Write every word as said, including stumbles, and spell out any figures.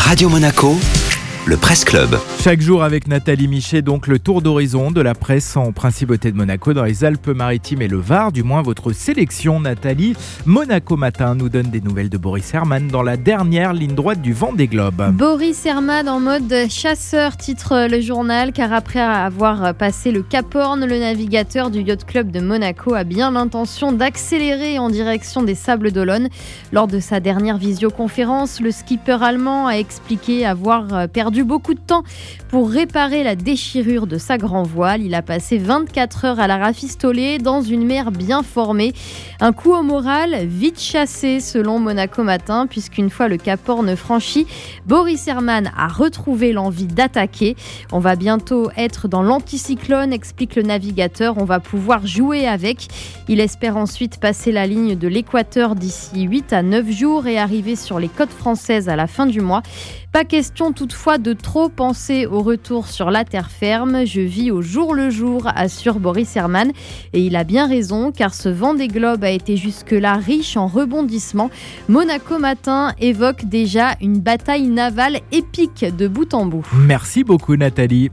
Radio Monaco, le Presse Club. Chaque jour avec Nathalie Michet, donc le tour d'horizon de la presse en Principauté de Monaco dans les Alpes-Maritimes et le Var, du moins votre sélection Nathalie. Monaco Matin nous donne des nouvelles de Boris Herman dans la dernière ligne droite du Vendée Globe. Boris Herman en mode chasseur, titre le journal, car après avoir passé le Cap Horn, le navigateur du Yacht Club de Monaco a bien l'intention d'accélérer en direction des Sables d'Olonne. Lors de sa dernière visioconférence, le skipper allemand a expliqué avoir perdu beaucoup de temps pour réparer la déchirure de sa grand voile. Il a passé vingt-quatre heures à la rafistoler dans une mer bien formée. Un coup au moral vite chassé selon Monaco Matin, puisqu'une fois le Cap Horn franchi, Boris Herman a retrouvé l'envie d'attaquer. On va bientôt être dans l'anticyclone, explique le navigateur. On va pouvoir jouer avec. Il espère ensuite passer la ligne de l'équateur d'ici huit à neuf jours et arriver sur les côtes françaises à la fin du mois. Pas question toutefois de trop penser au retour sur la terre ferme. Je vis au jour le jour, assure Boris Herman. Et il a bien raison, car ce Vendée Globe a été jusque-là riche en rebondissements. Monaco Matin évoque déjà une bataille navale épique de bout en bout. Merci beaucoup Nathalie.